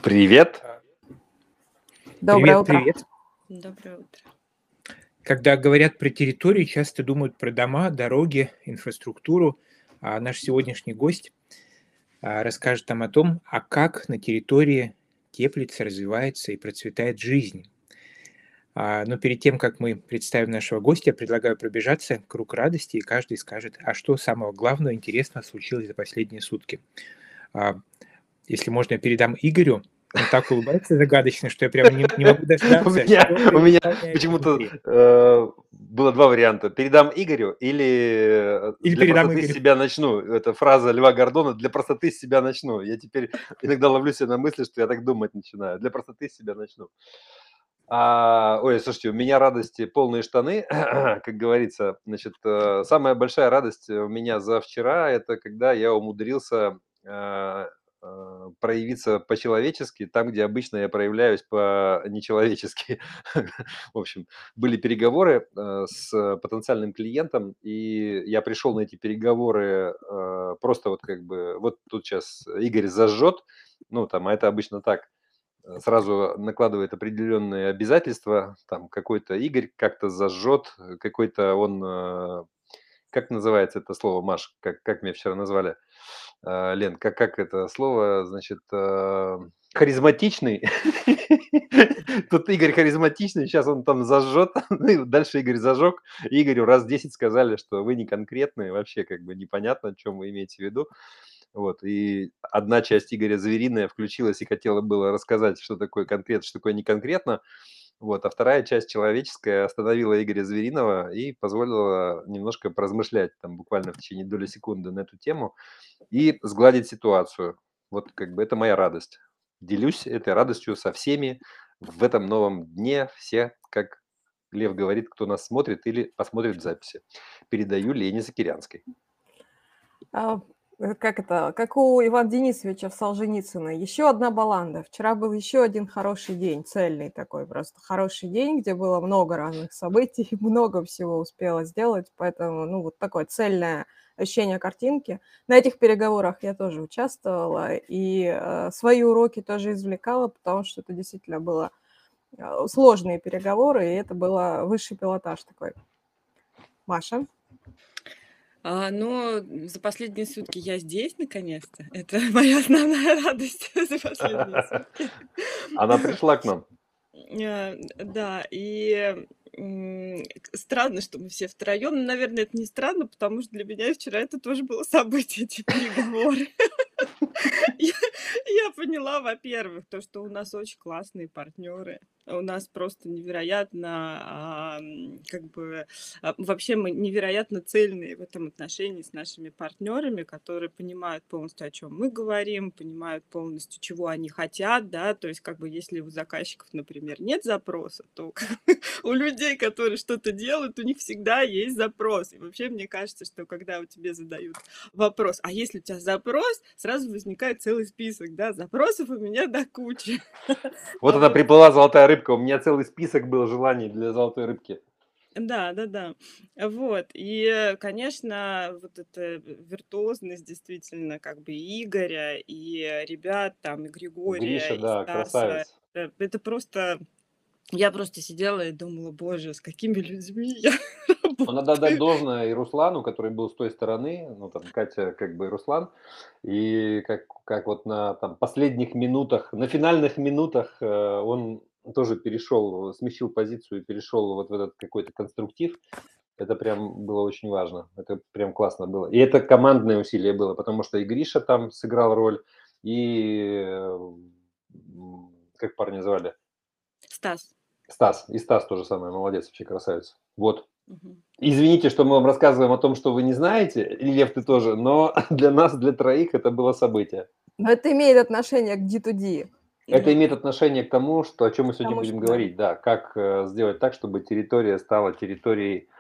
Привет. Доброе Привет, утро. привет. Доброе утро. Когда говорят про территорию, часто думают про дома, дороги, инфраструктуру. А наш сегодняшний гость расскажет нам о том, как на территории теплится, развивается и процветает жизнь. Но перед тем, как мы представим нашего гостя, предлагаю пробежаться круг радости, и каждый скажет, а что самого главного интересного случилось за последние сутки. Если можно, я передам Игорю. Он так улыбается загадочно, что я прямо не могу У дождаться, меня, что у меня исполняется почему-то внутри. было два варианта. Передам Игорю или Или для передам простоты с Игорю. себя начну. Это фраза Льва Гордона. Для простоты с себя начну. Я теперь иногда ловлю себя на мысли, что я так думать начинаю. Для простоты с себя начну. Ой, слушайте, у меня радости полные штаны, как говорится. Значит, самая большая радость у меня за вчера, это когда я умудрился проявиться по-человечески там, где обычно я проявляюсь по-нечеловечески. В общем, были переговоры с потенциальным клиентом, и я пришел на эти переговоры просто вот как бы, вот тут сейчас Игорь зажжет, ну там, а это обычно так, сразу накладывает определенные обязательства, там какой-то Игорь как-то зажжет, какой-то он, как называется это слово, Маш, как меня вчера назвали? Лен, как это слово, значит, харизматичный. Тут Игорь харизматичный, сейчас он там зажжет, ну и дальше Игорь зажег. Игорю раз 10 сказали, что вы не конкретные, вообще как бы непонятно, о чем вы имеете в виду. Вот, и одна часть Игоря звериная включилась и хотела было рассказать, что такое конкретно, что такое не конкретно. Вот, а вторая часть человеческая остановила Игоря Звериного и позволила немножко поразмышлять там буквально в течение доли секунды на эту тему и сгладить ситуацию. Вот как бы это моя радость. Делюсь этой радостью со всеми в этом новом дне. Все, как Лев говорит, кто нас смотрит или посмотрит в записи. Передаю Лене Закирянской. Как это? Как у Ивана Денисовича в Солженицыно. Еще одна баланда. Вчера был еще один хороший день, цельный такой просто хороший день, где было много разных событий, много всего успела сделать, поэтому, ну, вот такое цельное ощущение картинки. На этих переговорах я тоже участвовала и свои уроки тоже извлекала, потому что это действительно было сложные переговоры, и это было высший пилотаж такой. Маша? Но за последние сутки я здесь, наконец-то. Это моя основная радость за последние сутки. Она пришла к нам. Да, и странно, что мы все втроем. Но, наверное, это не странно, потому что для меня вчера это тоже было событие, эти переговоры. Я поняла, во-первых, то, что у нас очень классные партнеры. У нас просто невероятно, вообще мы невероятно цельные в этом отношении с нашими партнерами, которые понимают полностью, о чем мы говорим, понимают полностью, чего они хотят, да, то есть как бы если у заказчиков, например, нет запроса, то у людей, которые что-то делают, у них всегда есть запрос. И вообще мне кажется, что когда у тебя задают вопрос, а если у тебя запрос, сразу возникает целый список, да, запросов у меня до кучи. Вот она приплыла, золотая рыбка. У меня целый список был желаний для золотой рыбки. Да. Вот. И, конечно, вот эта виртуозность действительно как бы и Игоря, и ребят там, и Григория, Гриша, и да, Стаса. красавец. Это просто... Я просто сидела и думала, боже, с какими людьми я Но надо отдать работаю. должное и Руслану, который был с той стороны, ну там Катя как бы и Руслан, и как вот на там последних минутах, на финальных минутах он тоже перешел, смещил позицию и перешел вот в этот какой-то конструктив. Это прям было очень важно, это прям классно было. И это командное усилие было, потому что и Гриша там сыграл роль, и как парня звали? Стас. Стас. И Стас тоже самое, молодец, вообще красавец. Вот. Мгм. Извините, что мы вам рассказываем о том, что вы не знаете, и Лев, ты тоже, но для нас, для троих это было событие. Но это имеет отношение к D2D. Это Ну имеет да. отношение к тому, что, о чем мы сегодня Потому будем что, да. говорить, да, как сделать так, чтобы территория стала территорией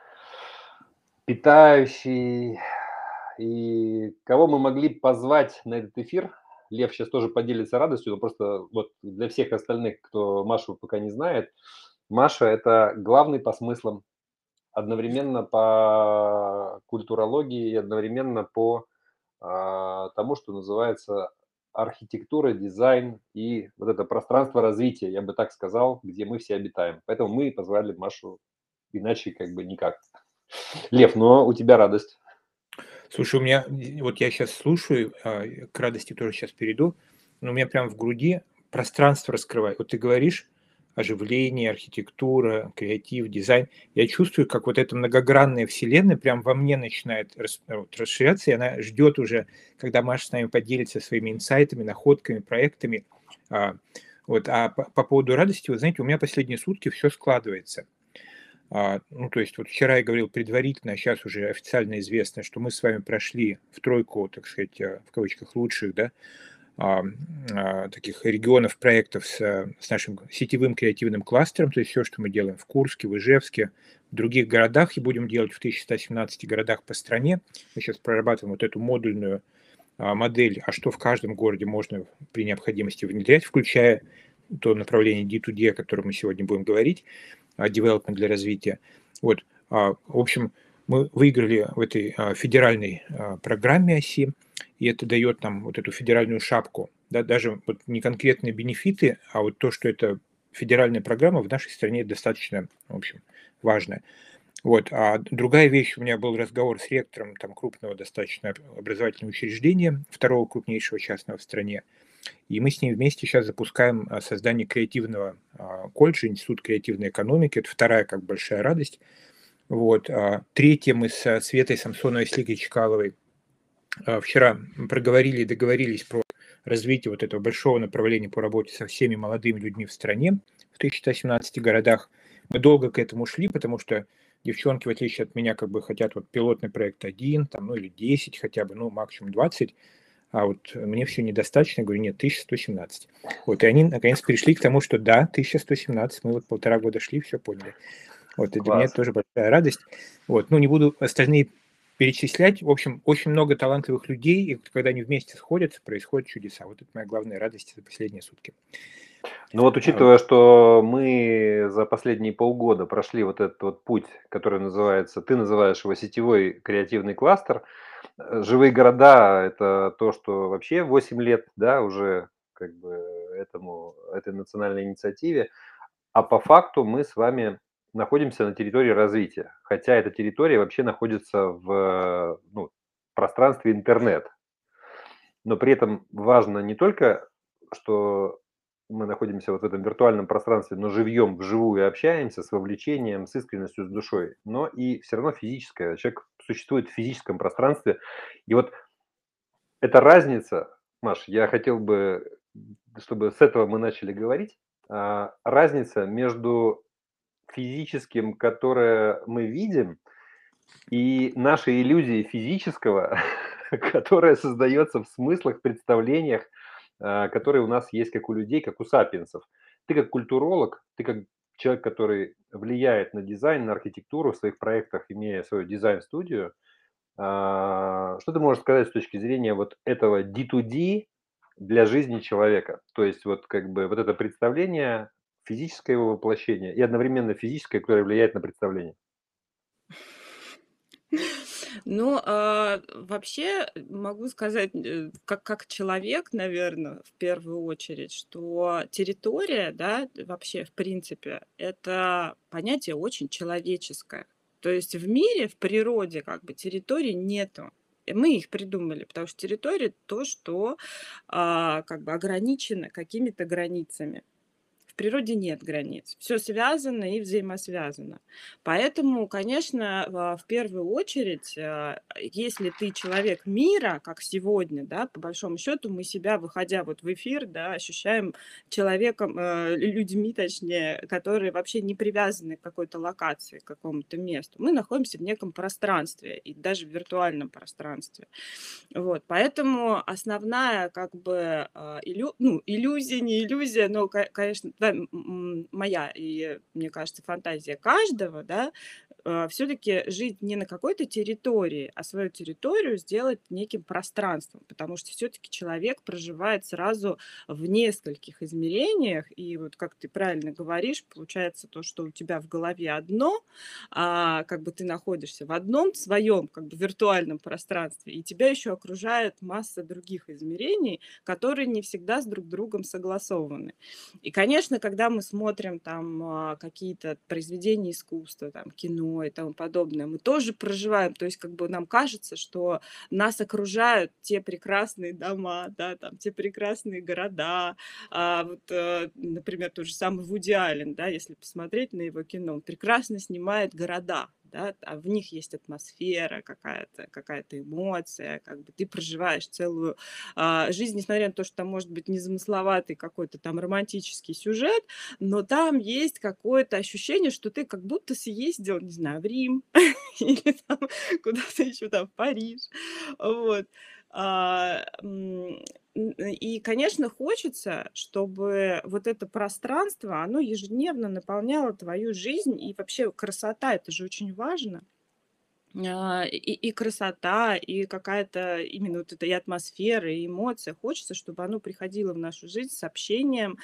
питающей, и кого мы могли позвать на этот эфир. Лев сейчас тоже поделится радостью, но просто вот для всех остальных, кто Машу пока не знает, Маша – это главный по смыслам, одновременно по культурологии и одновременно по тому, что называется архитектура, дизайн и вот это пространство развития, я бы так сказал, где мы все обитаем. Поэтому мы позвали Машу, иначе как бы никак. Лев, но у тебя радость. Слушай, у меня, вот я сейчас слушаю, к радости тоже сейчас перейду, но у меня прям в груди пространство раскрывает. Вот ты говоришь оживление, архитектура, креатив, дизайн. Я чувствую, как вот эта многогранная вселенная прям во мне начинает расширяться, и она ждет уже, когда Маша с нами поделится своими инсайтами, находками, проектами. Вот. А по поводу радости, вы знаете, у меня последние сутки все складывается. Ну, то есть вот вчера я говорил предварительно, а сейчас уже официально известно, что мы с вами прошли в тройку, так сказать, в кавычках, лучших, да, таких регионов, проектов с нашим сетевым креативным кластером, то есть все, что мы делаем в Курске, в Ижевске, в других городах, и будем делать в 1117 городах по стране. Мы сейчас прорабатываем вот эту модульную модель, а что в каждом городе можно при необходимости внедрять, включая то направление D2D, о котором мы сегодня будем говорить, development для развития. Вот, в общем, мы выиграли в этой федеральной программе ОСИ, и это дает нам вот эту федеральную шапку, да, даже вот не конкретные бенефиты, а вот то, что это федеральная программа в нашей стране достаточно, в общем, важная. Вот. А другая вещь, у меня был разговор с ректором там крупного достаточно образовательного учреждения, второго крупнейшего частного в стране, и мы с ним вместе сейчас запускаем создание креативного колледжа, Институт креативной экономики. Это вторая как большая радость. Вот. Третья, мы с Светой Самсоновой, с Лигой Чкаловой вчера проговорили и договорились про развитие вот этого большого направления по работе со всеми молодыми людьми в стране в 1117 городах. Мы долго к этому шли, потому что девчонки, в отличие от меня, как бы хотят вот пилотный проект 1, там, ну или 10 хотя бы, ну максимум 20, а вот мне все недостаточно, я говорю, нет, 1117. Вот, и они наконец перешли к тому, что да, 1117, мы вот 1,5 года шли, все поняли. Вот, и для меня это тоже большая радость. Вот, ну, не буду остальные перечислять. В общем, очень много талантливых людей, и когда они вместе сходятся, происходят чудеса. Вот это моя главная радость за последние сутки. Ну вот, учитывая, что мы за последние полгода прошли вот этот вот путь, который называется, ты называешь его сетевой креативный кластер, живые города – это то, что вообще 8 лет, да, уже как бы этой национальной инициативе, а по факту мы с вами находимся на территории развития, хотя эта территория вообще находится в пространстве интернет. Но при этом важно не только, что мы находимся вот в этом виртуальном пространстве, но живьем, вживую общаемся с вовлечением, с искренностью, с душой, но и все равно физическое. Человек существует в физическом пространстве. И вот эта разница, Маш, я хотел бы, чтобы с этого мы начали говорить, разница между физическим, которое мы видим, и нашей иллюзией физического, которая создается в смыслах, представлениях, которые у нас есть как у людей, как у сапиенсов. Ты как культуролог, ты как человек, который влияет на дизайн, на архитектуру в своих проектах, имея свою дизайн-студию, что ты можешь сказать с точки зрения вот этого D2D для жизни человека? То есть вот как бы вот это представление, физическое его воплощение и одновременно физическое, которое влияет на представление. Ну, вообще могу сказать, как человек, наверное, в первую очередь, что территория, да, вообще, в принципе, это понятие очень человеческое. То есть в мире, в природе как бы территорий нету. И мы их придумали, потому что территория то, что как бы ограничено какими-то границами. В природе нет границ. Все связано и взаимосвязано. Поэтому, конечно, в первую очередь, если ты человек мира, как сегодня, да, по большому счету, мы себя, выходя вот в эфир, да, ощущаем человеком, людьми, точнее, которые вообще не привязаны к какой-то локации, к какому-то месту. Мы находимся в неком пространстве, и даже в виртуальном пространстве. Вот, поэтому основная как бы иллюзия, не иллюзия, но, конечно, моя и, мне кажется, фантазия каждого, да, все-таки жить не на какой-то территории, а свою территорию сделать неким пространством, потому что все-таки человек проживает сразу в нескольких измерениях, и вот как ты правильно говоришь, получается то, что у тебя в голове одно, а как бы ты находишься в одном своем как бы виртуальном пространстве, и тебя еще окружает масса других измерений, которые не всегда с друг другом согласованы. И, конечно, когда мы смотрим там какие-то произведения искусства, там кино и тому подобное, мы тоже проживаем, то есть как бы нам кажется, что нас окружают те прекрасные дома, да, там те прекрасные города, например, тот же самый Вуди Аллен, да, если посмотреть на его кино, он прекрасно снимает города, да, а в них есть атмосфера какая-то эмоция, как бы ты проживаешь целую жизнь, несмотря на то, что там может быть незамысловатый какой-то там романтический сюжет, но там есть какое-то ощущение, что ты как будто съездил, не знаю, в Рим или там куда-то еще там в Париж, вот. И, конечно, хочется, чтобы вот это пространство, оно ежедневно наполняло твою жизнь, и вообще красота, это же очень важно. И красота, и какая-то именно вот эта и атмосфера, и эмоция. Хочется, чтобы оно приходило в нашу жизнь с общением,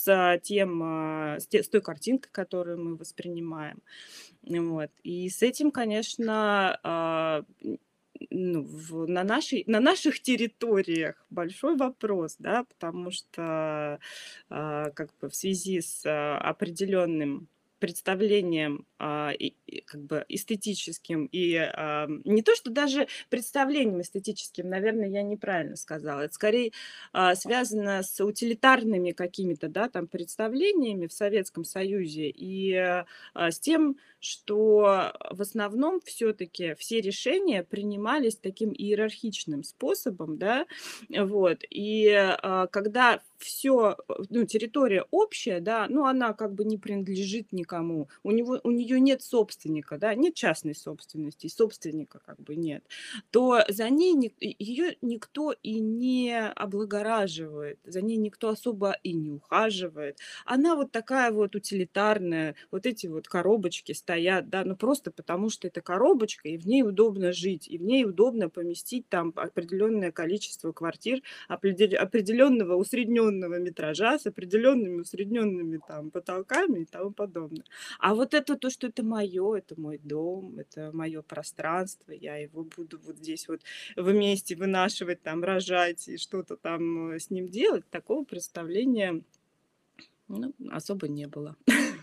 с той картинкой, которую мы воспринимаем. Вот. И с этим, конечно, на наших территориях большой вопрос, да, потому что как бы в связи с определенным представлением как бы эстетическим и не то, что даже представлением эстетическим, наверное, я неправильно сказала, это скорее связано с утилитарными какими-то, да, там представлениями в Советском Союзе и с тем, что в основном все-таки все решения принимались таким иерархичным способом, да, вот, и когда все, территория общая, да, она как бы не принадлежит никому, у нее нет собственника, да, нет частной собственности, собственника как бы нет, то за ней ее никто и не облагораживает, за ней никто особо и не ухаживает. Она вот такая вот утилитарная, вот эти вот коробочки стоят, да, просто потому что это коробочка, и в ней удобно жить, и в ней удобно поместить там определенное количество квартир определенного усредненного метража с определенными усредненными там потолками и тому подобное. А вот это то, что это мой дом, это мое пространство, я его буду вот здесь вот вместе вынашивать, там, рожать и что-то там с ним делать, такого представления особо не было.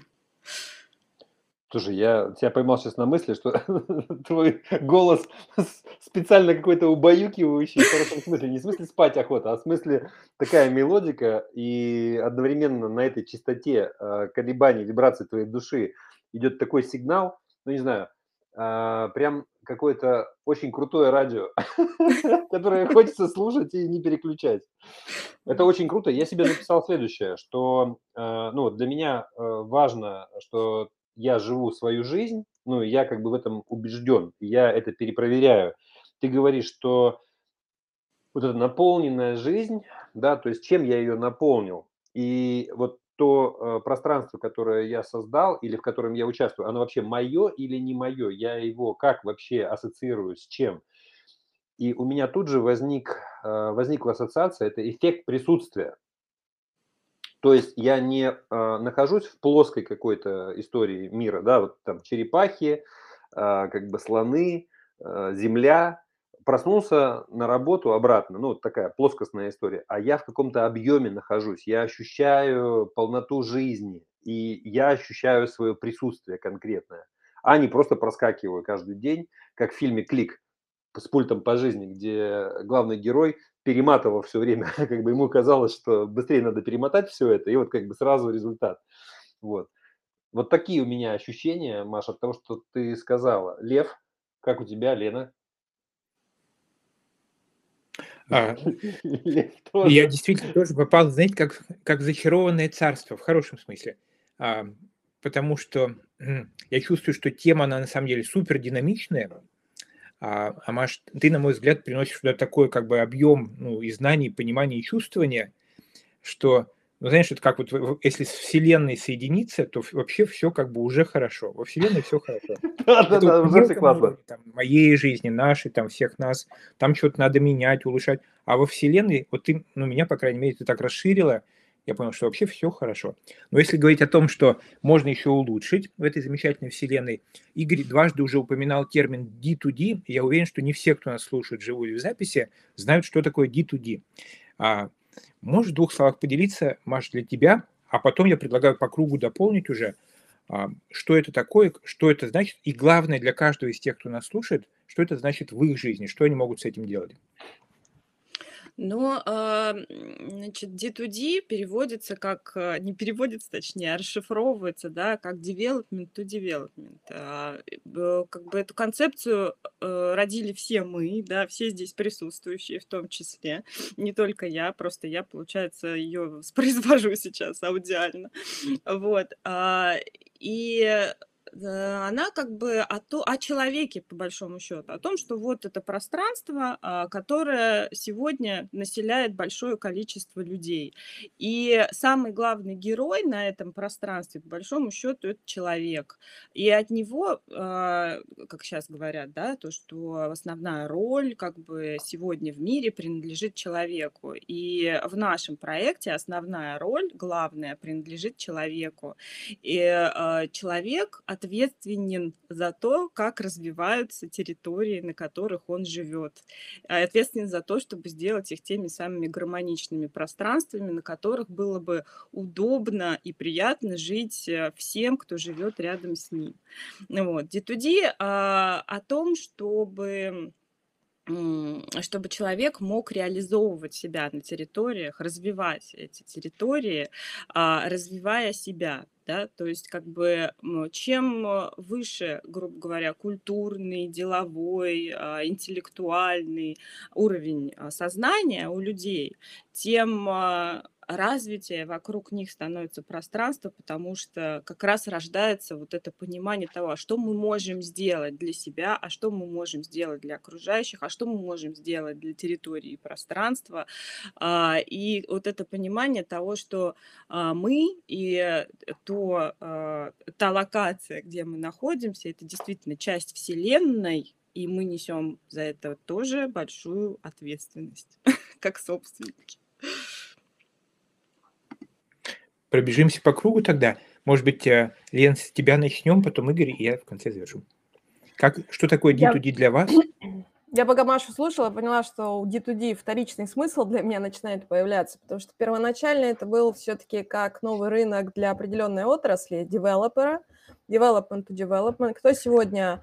Слушай, я тебя поймал сейчас на мысли, что твой голос специально какой-то убаюкивающий, в хорошем смысле. Не в смысле спать охота, а в смысле такая мелодика, и одновременно на этой частоте колебаний, вибраций твоей души идет такой сигнал, не знаю, прям какое-то очень крутое радио, которое хочется слушать и не переключать. Это очень круто. Я себе написал следующее, что для меня важно, что я живу свою жизнь, и я как бы в этом убежден, и я это перепроверяю. Ты говоришь, что вот эта наполненная жизнь, да, то есть чем я ее наполнил, и вот то пространство, которое я создал или в котором я участвую, оно вообще мое или не мое, я его как вообще ассоциирую, с чем. И у меня тут же возникла ассоциация, это эффект присутствия. То есть я не нахожусь в плоской какой-то истории мира, да, вот там черепахи, как бы слоны, земля. Проснулся на работу обратно, вот такая плоскостная история, а я в каком-то объеме нахожусь, я ощущаю полноту жизни, и я ощущаю свое присутствие конкретное, а не просто проскакиваю каждый день, как в фильме «Клик» с пультом по жизни, где главный герой перематывал все время, как бы ему казалось, что быстрее надо перемотать все это, и вот как бы сразу результат. Вот. Вот такие у меня ощущения, Маша, от того, что ты сказала. Лев, как у тебя, Лена? Лев Я тоже. действительно тоже попал, знаете, как в зачарованное царство, в хорошем смысле. Потому что я чувствую, что тема, она на самом деле супер динамичная. Маш, ты, на мой взгляд, приносишь туда такой как бы объем и знаний, и понимания, и чувствования, что Ну, знаешь, это как вот если с Вселенной соединиться, то вообще все как бы уже хорошо. Во Вселенной все хорошо. Это вот Да-да-да, на уже все мелком классно. уровне, там, моей жизни, нашей, там, всех нас, там что-то надо менять, улучшать. А во Вселенной, вот ты, ну, меня, по крайней мере, ты так расширила, я понял, что вообще все хорошо. Но если говорить о том, что можно еще улучшить в этой замечательной Вселенной, Игорь дважды уже упоминал термин D2D, и я уверен, что не все, кто нас слушает вживую или в записи, знают, что такое D2D. А, Можешь в двух словах поделиться, Маш, для тебя, а потом я предлагаю по кругу дополнить уже, что это такое, что это значит, и главное для каждого из тех, кто нас слушает, что это значит в их жизни, что они могут с этим делать. Но, значит, D2D переводится как, не переводится, точнее, а расшифровывается, да, как development to development. Как бы эту концепцию родили все мы, да, все здесь присутствующие в том числе, не только я, просто я, получается, ее воспроизвожу сейчас аудиально. Вот. И она как бы о человеке, по большому счету, о том, что вот это пространство, которое сегодня населяет большое количество людей. И самый главный герой на этом пространстве, по большому счету, это человек. И от него, как сейчас говорят, да, то, что основная роль как бы сегодня в мире принадлежит человеку. И в нашем проекте основная роль, главная, принадлежит человеку. И человек ответственен за то, как развиваются территории, на которых он живет. Ответственен за то, чтобы сделать их теми самыми гармоничными пространствами, на которых было бы удобно и приятно жить всем, кто живет рядом с ним. Вот. D2D о том, чтобы человек мог реализовывать себя на территориях, развивать эти территории, развивая себя. Да? То есть как бы чем выше, грубо говоря, культурный, деловой, интеллектуальный уровень сознания у людей, тем развитие вокруг них становится пространство, потому что как раз рождается вот это понимание того, что мы можем сделать для себя, а что мы можем сделать для окружающих, а что мы можем сделать для территории и пространства. И вот это понимание того, что мы и та локация, где мы находимся, это действительно часть Вселенной, и мы несем за это тоже большую ответственность, как собственники. Пробежимся по кругу тогда. Может быть, Лен, с тебя начнем, потом Игорь, и я в конце завершу. Что такое D2D для вас? Я пока Машу слушала, поняла, что у D2D вторичный смысл для меня начинает появляться, потому что первоначально это был все-таки как новый рынок для определенной отрасли, девелопера, development to development. Кто сегодня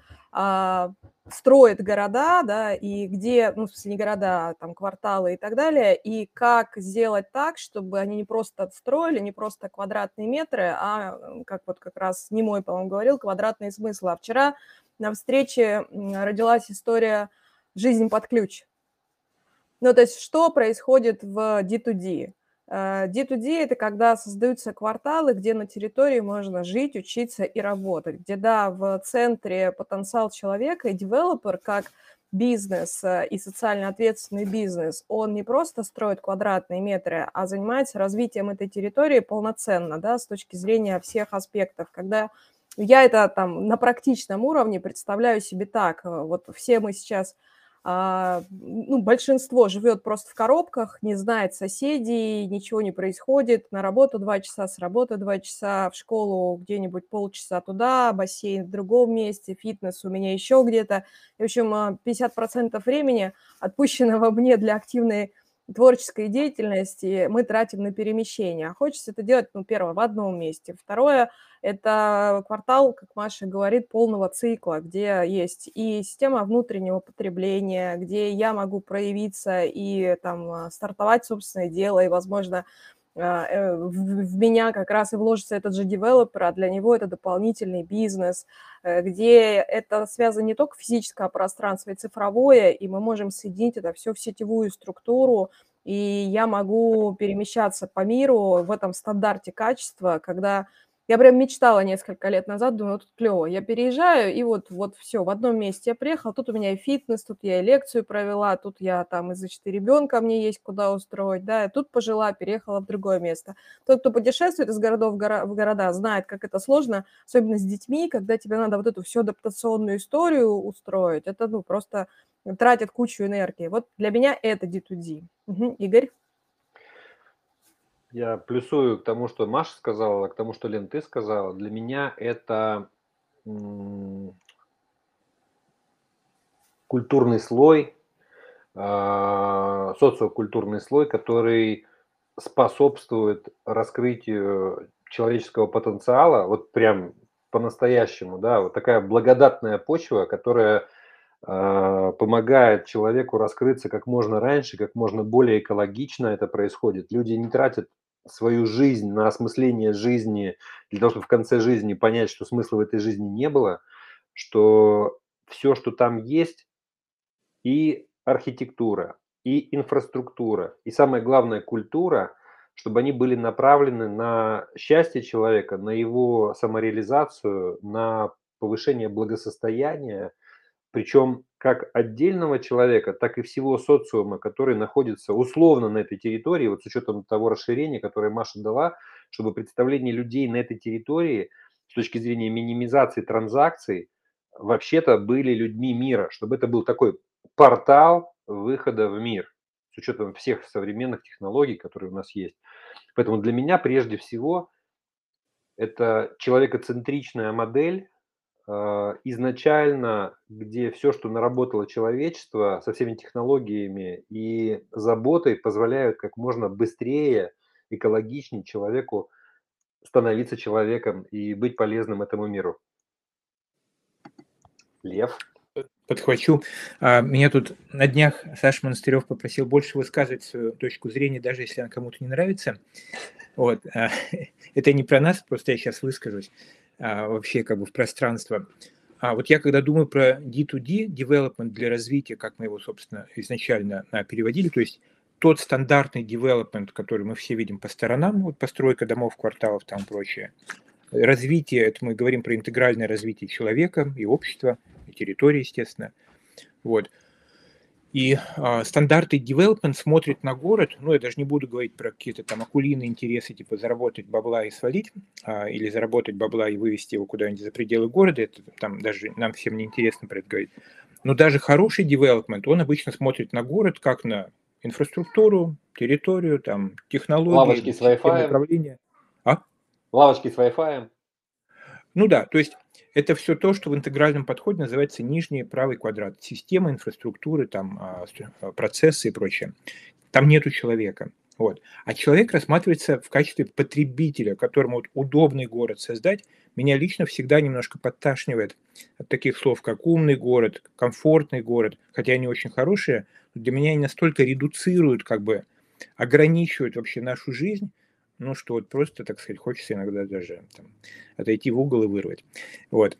строит города, да, и где, ну, в смысле, не города, а там кварталы и так далее, и как сделать так, чтобы они не просто отстроили, не просто квадратные метры, а, как вот как раз Немой, по-моему, говорил, квадратные смыслы. А вчера на встрече родилась история «Жизнь под ключ». Ну, то есть что происходит в D2D? D2D – это когда создаются кварталы, где на территории можно жить, учиться и работать, где, да, в центре потенциал человека, и девелопер как бизнес и социально ответственный бизнес, он не просто строит квадратные метры, а занимается развитием этой территории полноценно, да, с точки зрения всех аспектов. Когда я это там на практичном уровне представляю себе так, вот все мы сейчас ну, большинство живет просто в коробках, не знает соседей, ничего не происходит. На работу 2 часа, с работы 2 часа, в школу где-нибудь полчаса туда, бассейн в другом месте, фитнес у меня еще где-то. В общем, 50% времени, отпущенного мне для активной творческой деятельности, мы тратим на перемещение. А хочется это делать, ну, первое, в одном месте. Второе, это квартал, как Маша говорит, полного цикла, где есть и система внутреннего потребления, где я могу проявиться и там стартовать собственное дело, и, возможно, в меня как раз и вложится этот же девелопер, а для него это дополнительный бизнес, где это связано не только физическое пространство и цифровое, и мы можем соединить это все в сетевую структуру, и я могу перемещаться по миру в этом стандарте качества, когда Я прям мечтала несколько лет назад, думаю, тут клево. Я переезжаю, и вот все, в одном месте я приехала, тут у меня и фитнес, тут я и лекцию провела, тут я там из-за 4 ребенка, мне есть куда устроить, да, я тут пожила, переехала в другое место. Тот, кто путешествует из городов в города, знает, как это сложно, особенно с детьми, когда тебе надо вот эту всю адаптационную историю устроить. Это, ну, просто тратит кучу энергии. Вот для меня это D2D. Игорь? Я плюсую к тому, что Маша сказала, к тому, что, Лен, ты сказала. Для меня это культурный слой, социокультурный слой, который способствует раскрытию человеческого потенциала, вот прям по-настоящему, да, вот такая благодатная почва, которая помогает человеку раскрыться как можно раньше, как можно более экологично это происходит. Люди не тратят свою жизнь на осмысление жизни для того, чтобы в конце жизни понять, что смысла в этой жизни не было, что все, что там есть, и архитектура, и инфраструктура, и самое главное культура, чтобы они были направлены на счастье человека, на его самореализацию, на повышение благосостояния, причем как отдельного человека, так и всего социума, который находится условно на этой территории, вот с учетом того расширения, которое Маша дала, чтобы представление людей на этой территории с точки зрения минимизации транзакций вообще-то были людьми мира, чтобы это был такой портал выхода в мир с учетом всех современных технологий, которые у нас есть. Поэтому для меня прежде всего это человекоцентричная модель, изначально, где все, что наработало человечество со всеми технологиями и заботой, позволяют как можно быстрее, экологичнее человеку становиться человеком и быть полезным этому миру. Лев? Подхвачу. Меня тут на днях Саша Монастырев попросил больше высказывать свою точку зрения, даже если она кому-то не нравится. Вот. Это не про нас, просто я сейчас выскажусь вообще как бы в пространство. Вот я когда думаю про D2D, development для развития, как мы его, собственно, изначально переводили, то есть тот стандартный development, который мы все видим по сторонам, вот постройка домов, кварталов, там прочее. Развитие, это мы говорим про интегральное развитие человека и общества, и территории, естественно. Вот. И стандартный development смотрит на город, ну, я даже не буду говорить про какие-то там акулиные интересы, типа заработать бабла и свалить, или заработать бабла и вывести его куда-нибудь за пределы города, это там даже нам всем не интересно про это говорить. Но даже хороший development, он обычно смотрит на город как на инфраструктуру, территорию, там, технологии, Лавочки с Wi-Fi. управления. Лавочки с Wi-Fi. Ну да, то есть это все то, что в интегральном подходе называется нижний правый квадрат. Система, инфраструктуры, там, процессы и прочее. Там нету человека. Вот. А человек рассматривается в качестве потребителя, которому вот удобный город создать. Меня лично всегда немножко подташнивает от таких слов, как умный город, комфортный город, хотя они очень хорошие, но для меня они настолько редуцируют, как бы ограничивают вообще нашу жизнь, ну, что вот просто, так сказать, хочется иногда даже там, отойти в угол и вырвать. Вот.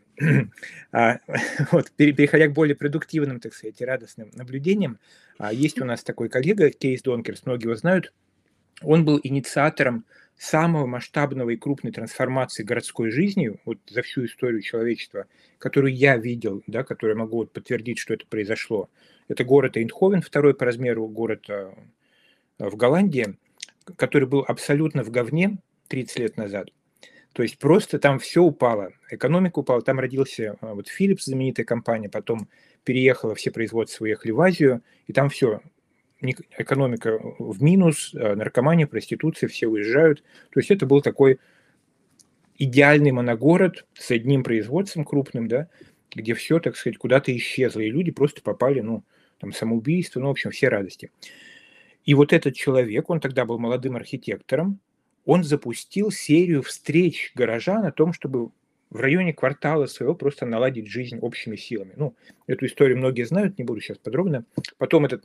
Вот. Переходя к более продуктивным, так сказать, и радостным наблюдениям, есть у нас такой коллега, Кейс Донкерс, многие его знают, он был инициатором самого масштабного и крупной трансформации городской жизни вот за всю историю человечества, которую я видел, да, которую я могу вот подтвердить, что это произошло. Это город Эйндховен, второй по размеру город в Голландии, который был абсолютно в говне 30 лет назад. То есть просто там все упало, экономика упала, там родился вот Philips, знаменитая компания, потом переехала, все производства уехали в Азию, и там все, экономика в минус, наркомания, проституция, все уезжают. То есть это был такой идеальный моногород с одним производством крупным, да, где все, так сказать, куда-то исчезло, и люди просто попали, ну, там, самоубийство, ну, в общем, все радости. И вот этот человек, он тогда был молодым архитектором, он запустил серию встреч горожан о том, чтобы в районе квартала своего просто наладить жизнь общими силами. Ну, эту историю многие знают, не буду сейчас подробно. Потом этот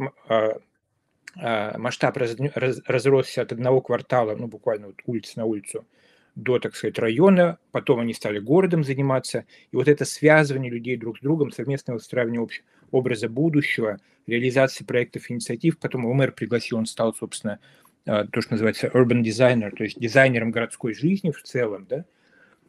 масштаб разросся от одного квартала, ну, буквально вот улица на улицу, до, так сказать, района. Потом они стали городом заниматься. И вот это связывание людей друг с другом, совместное выстраивание образа будущего, реализации проектов и инициатив. Потом его мэр пригласил, он стал, собственно, то, что называется urban designer, то есть дизайнером городской жизни в целом, да.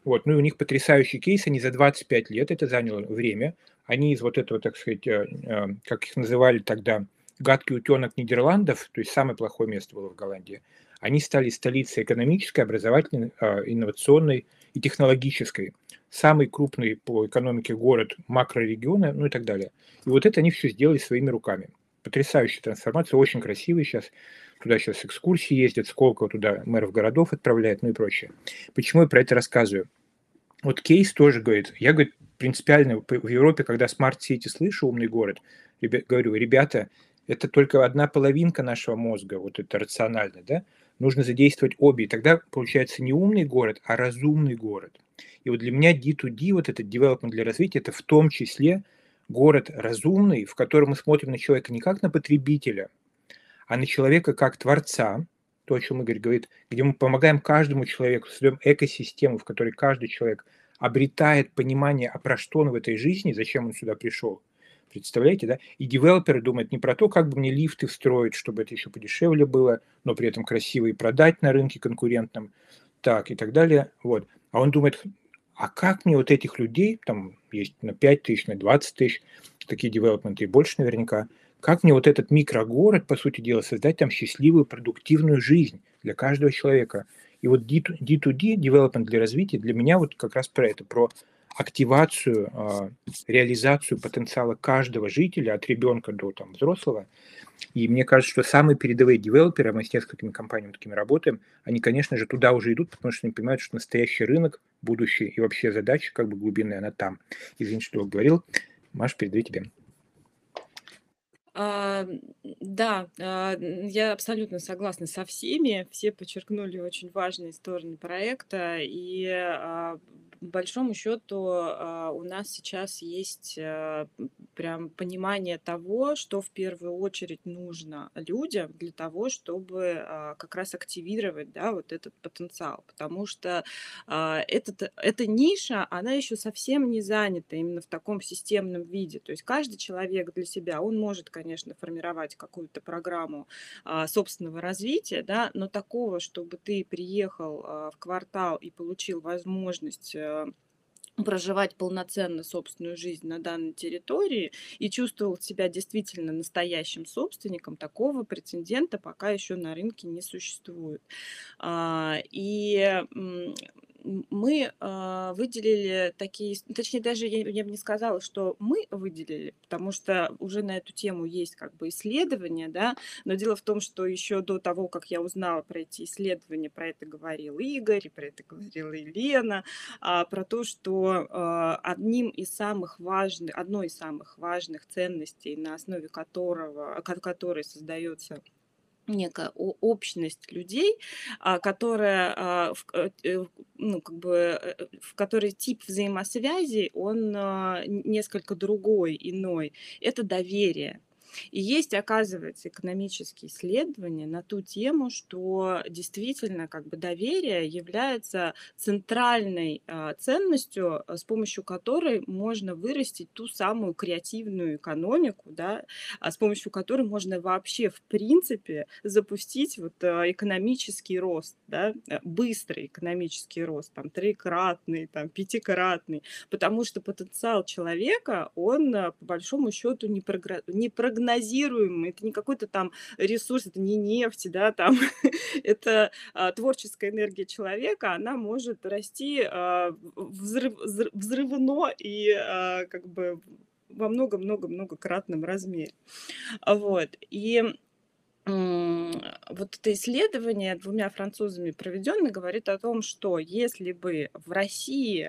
Вот. Ну и у них потрясающий кейс, они за 25 лет, это заняло время, они из вот этого, так сказать, как их называли тогда, гадкий утенок Нидерландов, то есть самое плохое место было в Голландии, они стали столицей экономической, образовательной, инновационной и технологической. Самый крупный по экономике город макрорегиона, ну и так далее. И вот это они все сделали своими руками. Потрясающая трансформация, очень красивая сейчас. Туда сейчас экскурсии ездят, сколько туда мэров городов отправляют, ну и прочее. Почему я про это рассказываю? Вот кейс тоже говорит, я, говорит, принципиально в Европе, когда смарт-сити слышу, умный город, говорю, ребята, это только одна половинка нашего мозга, вот это рационально, да? Нужно задействовать обе, и тогда получается не умный город, а разумный город. И вот для меня D2D, вот этот development для развития, это в том числе город разумный, в котором мы смотрим на человека не как на потребителя, а на человека как творца, то, о чем Игорь говорит, где мы помогаем каждому человеку, создаем экосистему, в которой каждый человек обретает понимание, а про что он в этой жизни, зачем он сюда пришел. Представляете, да? И девелоперы думают не про то, как бы мне лифты встроить, чтобы это еще подешевле было, но при этом красиво и продать на рынке конкурентном, так и так далее. Вот. А он думает, а как мне вот этих людей, там есть на 5 тысяч, на 20 тысяч, такие девелопменты и больше наверняка, как мне вот этот микрогород, по сути дела, создать там счастливую, продуктивную жизнь для каждого человека. И вот D2D, development для развития, для меня вот как раз про это, про активацию, реализацию потенциала каждого жителя, от ребенка до там, взрослого. И мне кажется, что самые передовые девелоперы, мы с несколькими компаниями такими работаем, они, конечно же, туда уже идут, потому что они понимают, что настоящий рынок, будущее и вообще задача как бы глубинная, она там. Извини, что говорил. Маш, передаю тебе. Да, я абсолютно согласна со всеми. Все подчеркнули очень важные стороны проекта. И по большому счету у нас сейчас есть прям понимание того, что в первую очередь нужно людям для того, чтобы как раз активировать, да, вот этот потенциал. Потому что эта ниша, она еще совсем не занята именно в таком системном виде. То есть каждый человек для себя, он может, конечно, формировать какую-то программу собственного развития, да, но такого, чтобы ты приехал в квартал и получил возможность проживать полноценно собственную жизнь на данной территории и чувствовал себя действительно настоящим собственником, такого прецедента пока еще на рынке не существует. Мы выделили такие, точнее даже я бы не сказала, что мы выделили, потому что уже на эту тему есть как бы исследования, да, но дело в том, что еще до того, как я узнала про эти исследования, про это говорил Игорь, и про это говорила Елена, про то, что одной из самых важных ценностей, на основе которой создается некая общность людей, которая, ну, как бы, в которой тип взаимосвязи, он несколько другой, иной. Это доверие. И есть, оказывается, экономические исследования на ту тему, что действительно как бы доверие является центральной ценностью, с помощью которой можно вырастить ту самую креативную экономику, да, с помощью которой можно вообще в принципе запустить вот экономический рост, да, быстрый экономический рост, там трикратный, там пятикратный, потому что потенциал человека, он по большому счету не прогнозируемый, это не какой-то там ресурс, это не нефть, да, там, это творческая энергия человека, она может расти взрывно и как бы во много-много-многократном размере. Вот. И вот это исследование 2 французами проведенное говорит о том, что если бы в России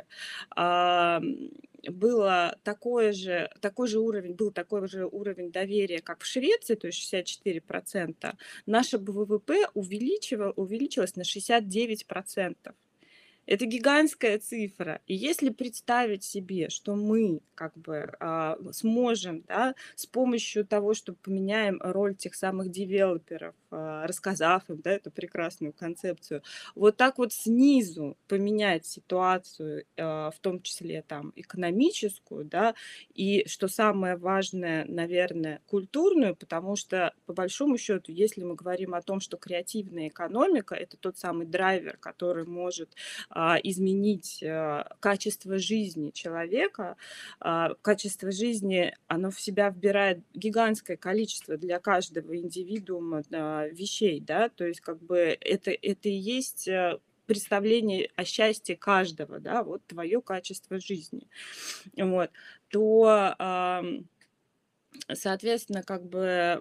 был такой же уровень доверия, как в Швеции, то есть 64%, наше бы ВВП увеличилось на 69%. Это гигантская цифра. И если представить себе, что мы как бы сможем, да, с помощью того, что поменяем роль тех самых девелоперов, рассказав им, да, эту прекрасную концепцию. Вот так вот снизу поменять ситуацию, в том числе там экономическую, да, и, что самое важное, наверное, культурную, потому что, по большому счету, если мы говорим о том, что креативная экономика — это тот самый драйвер, который может изменить качество жизни человека, качество жизни, оно в себя вбирает гигантское количество для каждого индивидуума вещей, да, то есть как бы это и есть представление о счастье каждого, да, вот твое качество жизни, вот, то, соответственно, как бы,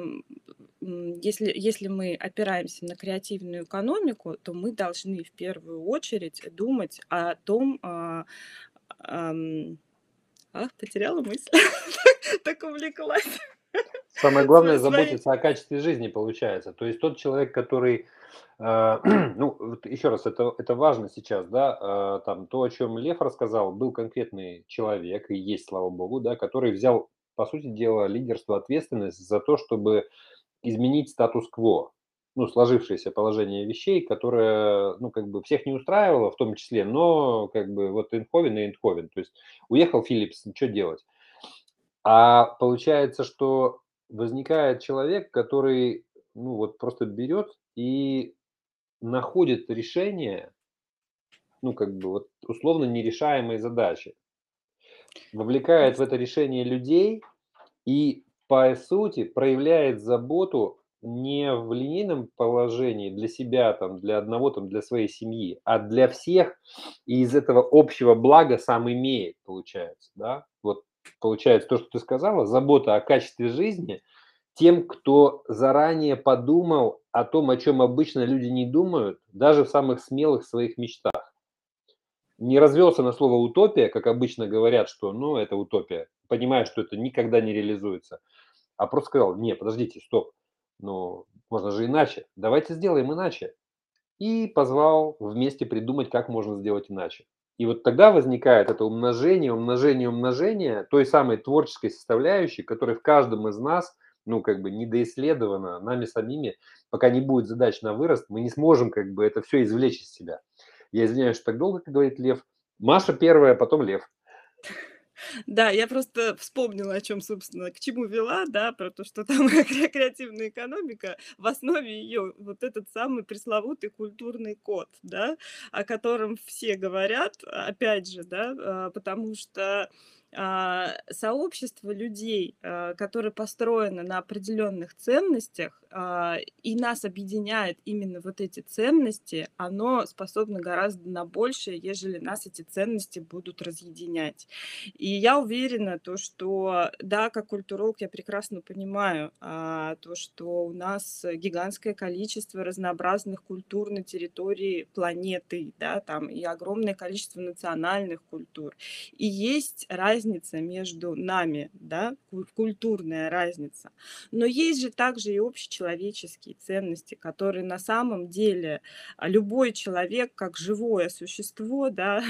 если мы опираемся на креативную экономику, то мы должны в первую очередь думать о том, потеряла мысль, так увлеклась. Самое главное Своей. заботиться о качестве жизни, получается. То есть тот человек, который, ну, вот еще раз, это важно сейчас, да, там то, о чем Лев рассказал, был конкретный человек, и есть, слава богу, да, который взял, по сути дела, лидерство, ответственность за то, чтобы изменить статус-кво, ну, сложившееся положение вещей, которое, ну, как бы всех не устраивало в том числе, но как бы вот Эйнховен и Эйнховен. То есть уехал Филлипс, что делать? А получается, что возникает человек, который, ну, вот просто берет и находит решение, ну, как бы вот условно нерешаемой задачи, вовлекает в это решение людей и, по сути, проявляет заботу не в линейном положении для себя, там, для одного, там, для своей семьи, а для всех, и из этого общего блага сам имеет, получается, да? Вот получается то, что ты сказала, забота о качестве жизни тем, кто заранее подумал о том, о чем обычно люди не думают, даже в самых смелых своих мечтах. Не развелся на слово утопия, как обычно говорят, что, ну, это утопия, понимая, что это никогда не реализуется, а просто сказал: не, подождите, стоп, ну, можно же иначе, давайте сделаем иначе. И позвал вместе придумать, как можно сделать иначе. И вот тогда возникает это умножение, умножение, умножение той самой творческой составляющей, которая в каждом из нас, ну, как бы недоисследована нами самими, пока не будет задач на вырост, мы не сможем как бы это все извлечь из себя. Я извиняюсь, что так долго, как говорит Лев. Маша первая, потом Лев. Да, я просто вспомнила, о чем, собственно, к чему вела, да, про то, что там креативная экономика, в основе ее вот этот самый пресловутый культурный код, да, о котором все говорят, опять же, да, потому что сообщество людей, которое построено на определенных ценностях, и нас объединяет именно вот эти ценности, оно способно гораздо на большее, ежели нас эти ценности будут разъединять. И я уверена, то, что, да, как культуролог я прекрасно понимаю, то, что у нас гигантское количество разнообразных культур на территории планеты, да, там и огромное количество национальных культур. И есть разница между нами, да, культурная разница. Но есть же также и общечеловеческие ценности, которые на самом деле любой человек, как живое существо, да,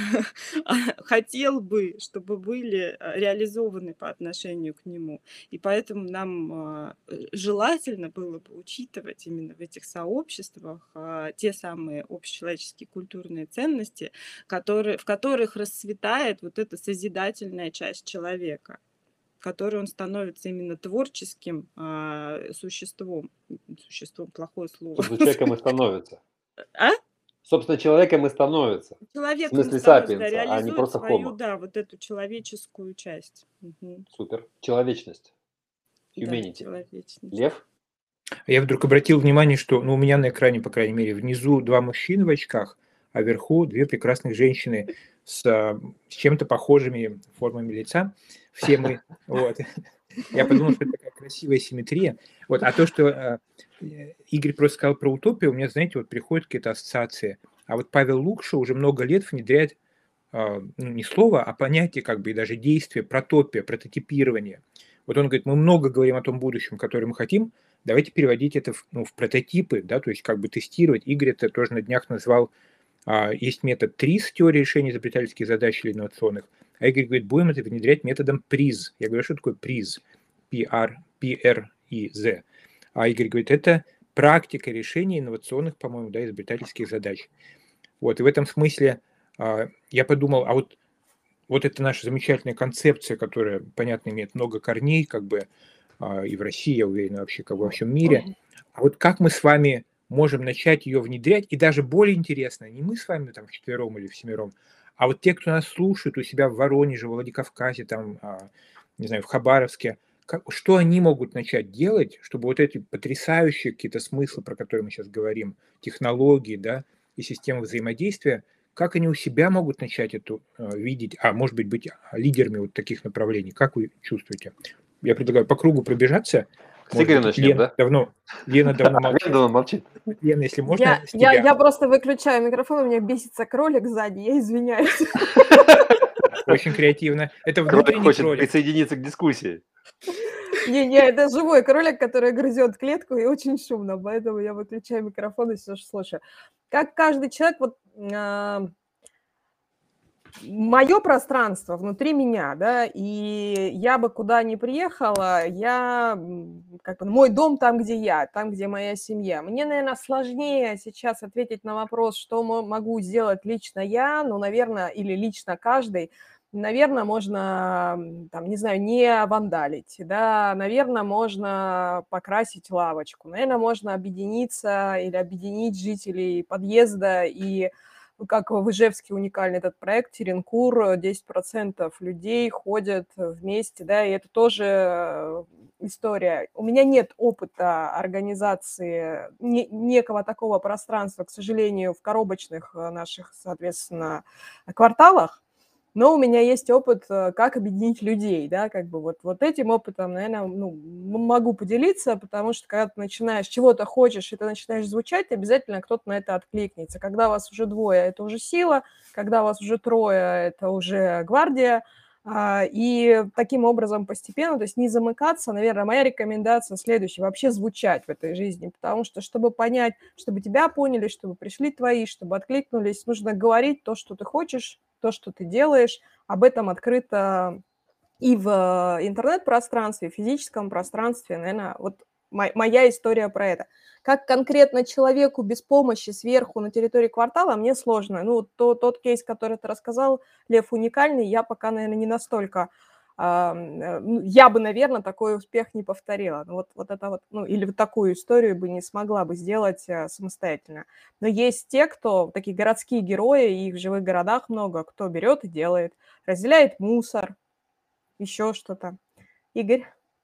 хотел бы, чтобы были реализованы по отношению к нему. И поэтому нам желательно было бы учитывать именно в этих сообществах те самые общечеловеческие культурные ценности, в которых расцветает вот эта созидательная часть человека, в которой он становится именно творческим существом. Существом — плохое слово. Собственно, человеком и становится. А? Собственно, человеком и становится. В Человеком смысле становится, да, сапиенса, а не реализует просто свою, хомо. да, вот эту человеческую часть. Мгм. Супер. Человечность. Да, Humanity. человечность. Лев? Я вдруг обратил внимание, что, ну, у меня на экране, по крайней мере, внизу 2 мужчины в очках, а вверху 2 прекрасных женщины с чем-то похожими формами лица. Все мы, вот. Я подумал, что это такая красивая симметрия. Вот, а то, что Игорь просто сказал про утопию, у меня, знаете, вот приходят какие-то ассоциации. А вот Павел Лукша уже много лет внедряет ну, не слово, а понятие, как бы, и даже действие, протопия, прототипирование. Вот он говорит, мы много говорим о том будущем, которое мы хотим, давайте переводить это в прототипы, да, то есть как бы тестировать. Игорь это тоже на днях назвал, есть метод ТРИЗ, теория решения изобретательских задач или инновационных, а Игорь говорит, будем это внедрять методом ПРИЗ. Я говорю, что такое ПРИЗ? P-R-I-Z. А Игорь говорит, это практикой решения инновационных, по-моему, да, изобретательских задач. Вот, и в этом смысле я подумал, а вот это наша замечательная концепция, которая, понятно, имеет много корней, как бы и в России, я уверен, вообще как бы во всем мире. А вот как мы с вами можем начать ее внедрять, и даже более интересно, не мы с вами там вчетвером или всемиром, а вот те, кто нас слушает у себя в Воронеже, в Владикавказе, там, не знаю, в Хабаровске, что они могут начать делать, чтобы вот эти потрясающие какие-то смыслы, про которые мы сейчас говорим, технологии, да, и системы взаимодействия, как они у себя могут начать эту видеть, а может быть лидерами вот таких направлений? Как вы чувствуете? Я предлагаю по кругу пробежаться. С Игоря начнем, да? Лена давно молчит. Лена молчит. Лена, если можно, с тебя. Я просто выключаю микрофон, у меня бесится кролик сзади, я извиняюсь. Очень креативно. Это Кролик внутренний хочет кролик. присоединиться к дискуссии. Не, это живой кролик, который грызет клетку и очень шумно, поэтому я выключаю микрофон и все слушаю. Как каждый человек, вот мое пространство внутри меня, да, и я бы куда ни приехала, мой дом там, где я, там, где моя семья. Мне, наверное, сложнее сейчас ответить на вопрос, что могу сделать лично я, наверное, или лично каждый. Наверное, можно, там, не знаю, не вандалить, да, наверное, можно покрасить лавочку, наверное, можно объединиться или объединить жителей подъезда и как в Ижевске уникальный этот проект Теренкур, 10% людей ходят вместе, да, и это тоже история. У меня нет опыта организации некого такого пространства, к сожалению, в коробочных наших, соответственно, кварталах, но у меня есть опыт, как объединить людей, да, как бы вот этим опытом, наверное, могу поделиться, потому что когда ты начинаешь, чего-то хочешь, и ты начинаешь звучать, обязательно кто-то на это откликнется. Когда вас уже двое, это уже сила, когда вас уже трое, это уже гвардия, и таким образом постепенно, то есть не замыкаться, наверное, моя рекомендация следующая, вообще звучать в этой жизни, потому что, чтобы понять, чтобы тебя поняли, чтобы пришли твои, чтобы откликнулись, нужно говорить то, что ты хочешь, то, что ты делаешь, об этом открыто и в интернет-пространстве, и в физическом пространстве, наверное, вот моя история про это. Как конкретно человеку без помощи сверху на территории квартала, мне сложно. Тот кейс, который ты рассказал, Лев, уникальный, я пока, наверное, не настолько... Я бы, наверное, такой успех не повторила. Или вот такую историю бы не смогла бы сделать самостоятельно. Но есть те, кто, такие городские герои, и их в живых городах много, кто берет и делает, разделяет мусор, еще что-то. Игорь?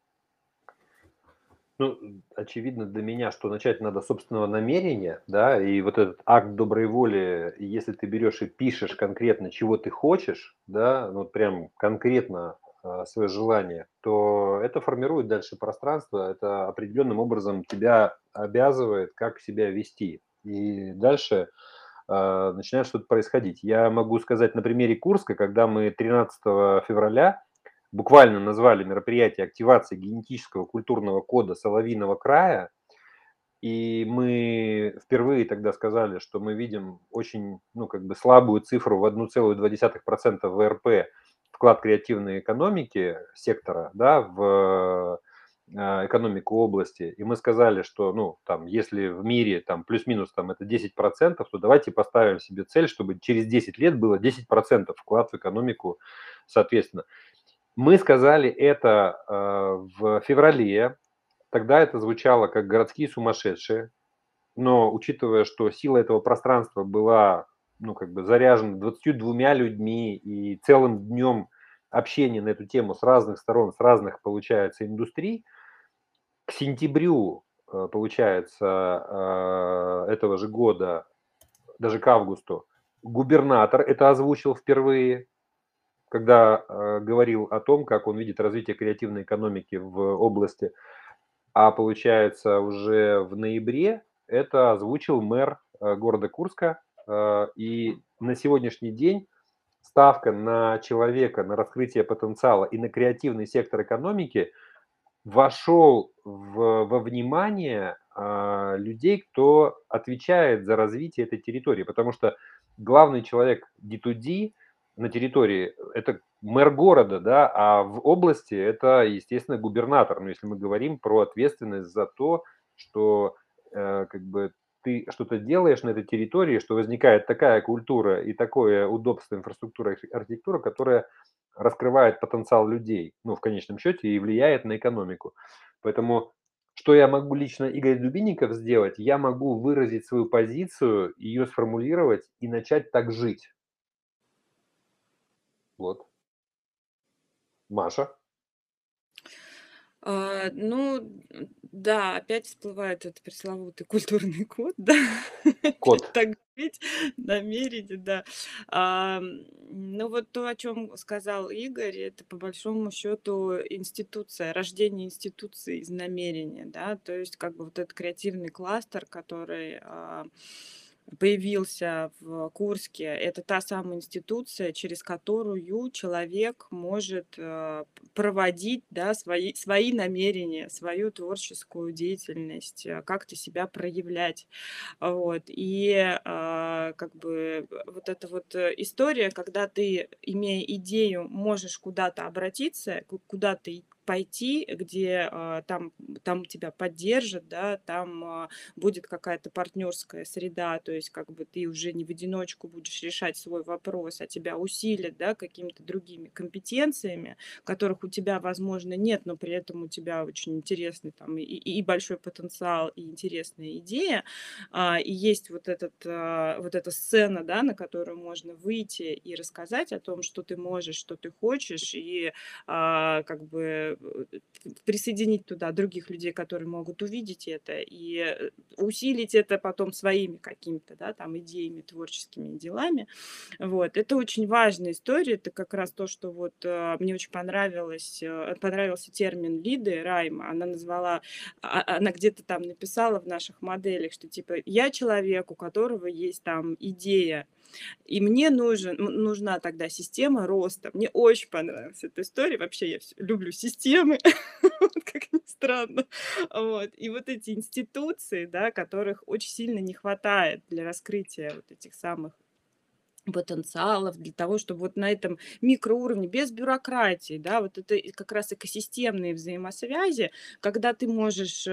Очевидно для меня, что начать надо с собственного намерения, да, и вот этот акт доброй воли, если ты берешь и пишешь конкретно, чего ты хочешь, да, прям конкретно свое желание, то это формирует дальше пространство, это определенным образом тебя обязывает, как себя вести. И дальше начинает что-то происходить. Я могу сказать на примере Курска, когда мы 13 февраля буквально назвали мероприятие активации генетического культурного кода Соловьиного края, и мы впервые тогда сказали, что мы видим очень, слабую цифру в 1,2% ВРП вклад креативной экономики сектора, да, в экономику области, и мы сказали, что, если в мире плюс-минус это 10%, то давайте поставим себе цель, чтобы через 10 лет было 10% вклад в экономику, соответственно. Мы сказали это в феврале, тогда это звучало как городские сумасшедшие, но учитывая, что сила этого пространства была, заряжена 22 людьми и целым днем общения на эту тему с разных сторон, с разных, получается, индустрий, к сентябрю, получается, этого же года, даже к августу, губернатор это озвучил впервые, когда говорил о том, как он видит развитие креативной экономики в области, а получается уже в ноябре это озвучил мэр города Курска, и на сегодняшний день ставка на человека, на раскрытие потенциала и на креативный сектор экономики вошел во внимание людей, кто отвечает за развитие этой территории, потому что главный человек D2D на территории – это мэр города, да, а в области это, естественно, губернатор. Но если мы говорим про ответственность за то, что как бы ты что-то делаешь на этой территории, что возникает такая культура и такое удобство инфраструктуры, архитектура, которая раскрывает потенциал людей, ну, в конечном счете, и влияет на экономику. Поэтому что я могу лично, Игорь Дубинников, сделать? Я могу выразить свою позицию, ее сформулировать и начать так жить. Вот. Маша? Ну, да, опять всплывает этот пресловутый культурный код, да, опять Код. так говорить, намерение, да. Ну, вот то, о чем сказал Игорь, это по большому счету институция, рождение институции из намерения, да, то есть как бы вот этот креативный кластер, который появился в Курске, это та самая институция, через которую человек может проводить, да, свои намерения, свою творческую деятельность, как-то себя проявлять. Вот. И как бы вот эта вот история, когда ты, имея идею, можешь куда-то обратиться, куда-то пойти, где там тебя поддержат, да, там будет какая-то партнерская среда, то есть как бы ты уже не в одиночку будешь решать свой вопрос, а тебя усилят, да, какими-то другими компетенциями, которых у тебя, возможно, нет, но при этом у тебя очень интересный там и большой потенциал, и интересная идея, и есть вот эта сцена, да, на которую можно выйти и рассказать о том, что ты можешь, что ты хочешь, и как бы присоединить туда других людей, которые могут увидеть это, и усилить это потом своими какими-то, да, там, идеями, творческими делами. Вот. Это очень важная история. Это как раз то, что вот мне очень понравился термин Лиды Райма. Она назвала, она где-то там написала в наших моделях, что типа я человек, у которого есть там идея, и мне нужна тогда система роста. Мне очень понравилась эта история. Вообще я люблю системы, как ни странно. Вот. И вот эти институции, да, которых очень сильно не хватает для раскрытия вот этих самых потенциалов, для того, чтобы вот на этом микроуровне, без бюрократии, да, вот это как раз экосистемные взаимосвязи, когда ты можешь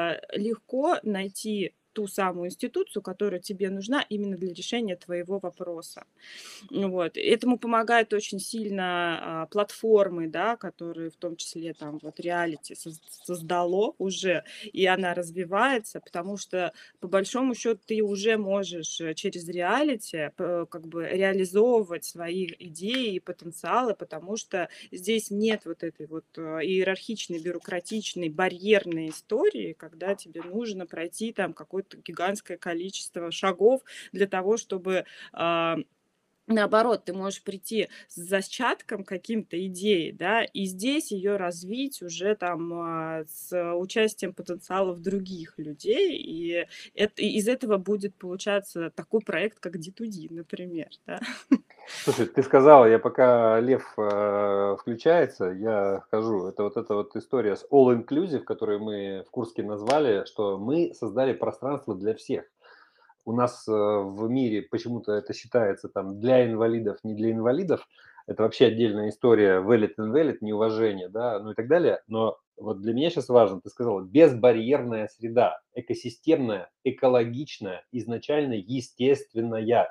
легко найти ту самую институцию, которая тебе нужна именно для решения твоего вопроса. Вот. Этому помогают очень сильно платформы, да, которые в том числе там вот реалити создало уже, и она развивается, потому что по большому счету ты уже можешь через реалити как бы реализовывать свои идеи и потенциалы, потому что здесь нет вот этой вот иерархичной, бюрократичной, барьерной истории, когда тебе нужно пройти там какое-то гигантское количество шагов для того, чтобы наоборот, ты можешь прийти с зачатком каким-то идеи, да, и здесь ее развить уже там с участием потенциалов других людей, и из этого будет получаться такой проект, как D2D, например, да. Слушай, ты сказала, я пока Лев включается, я скажу, это вот история с All Inclusive, которую мы в Курске назвали, что мы создали пространство для всех. У нас в мире почему-то это считается там для инвалидов, не для инвалидов. Это вообще отдельная история, valid and invalid, неуважение, да, ну и так далее. Но вот для меня сейчас важно, ты сказала, безбарьерная среда, экосистемная, экологичная, изначально естественная.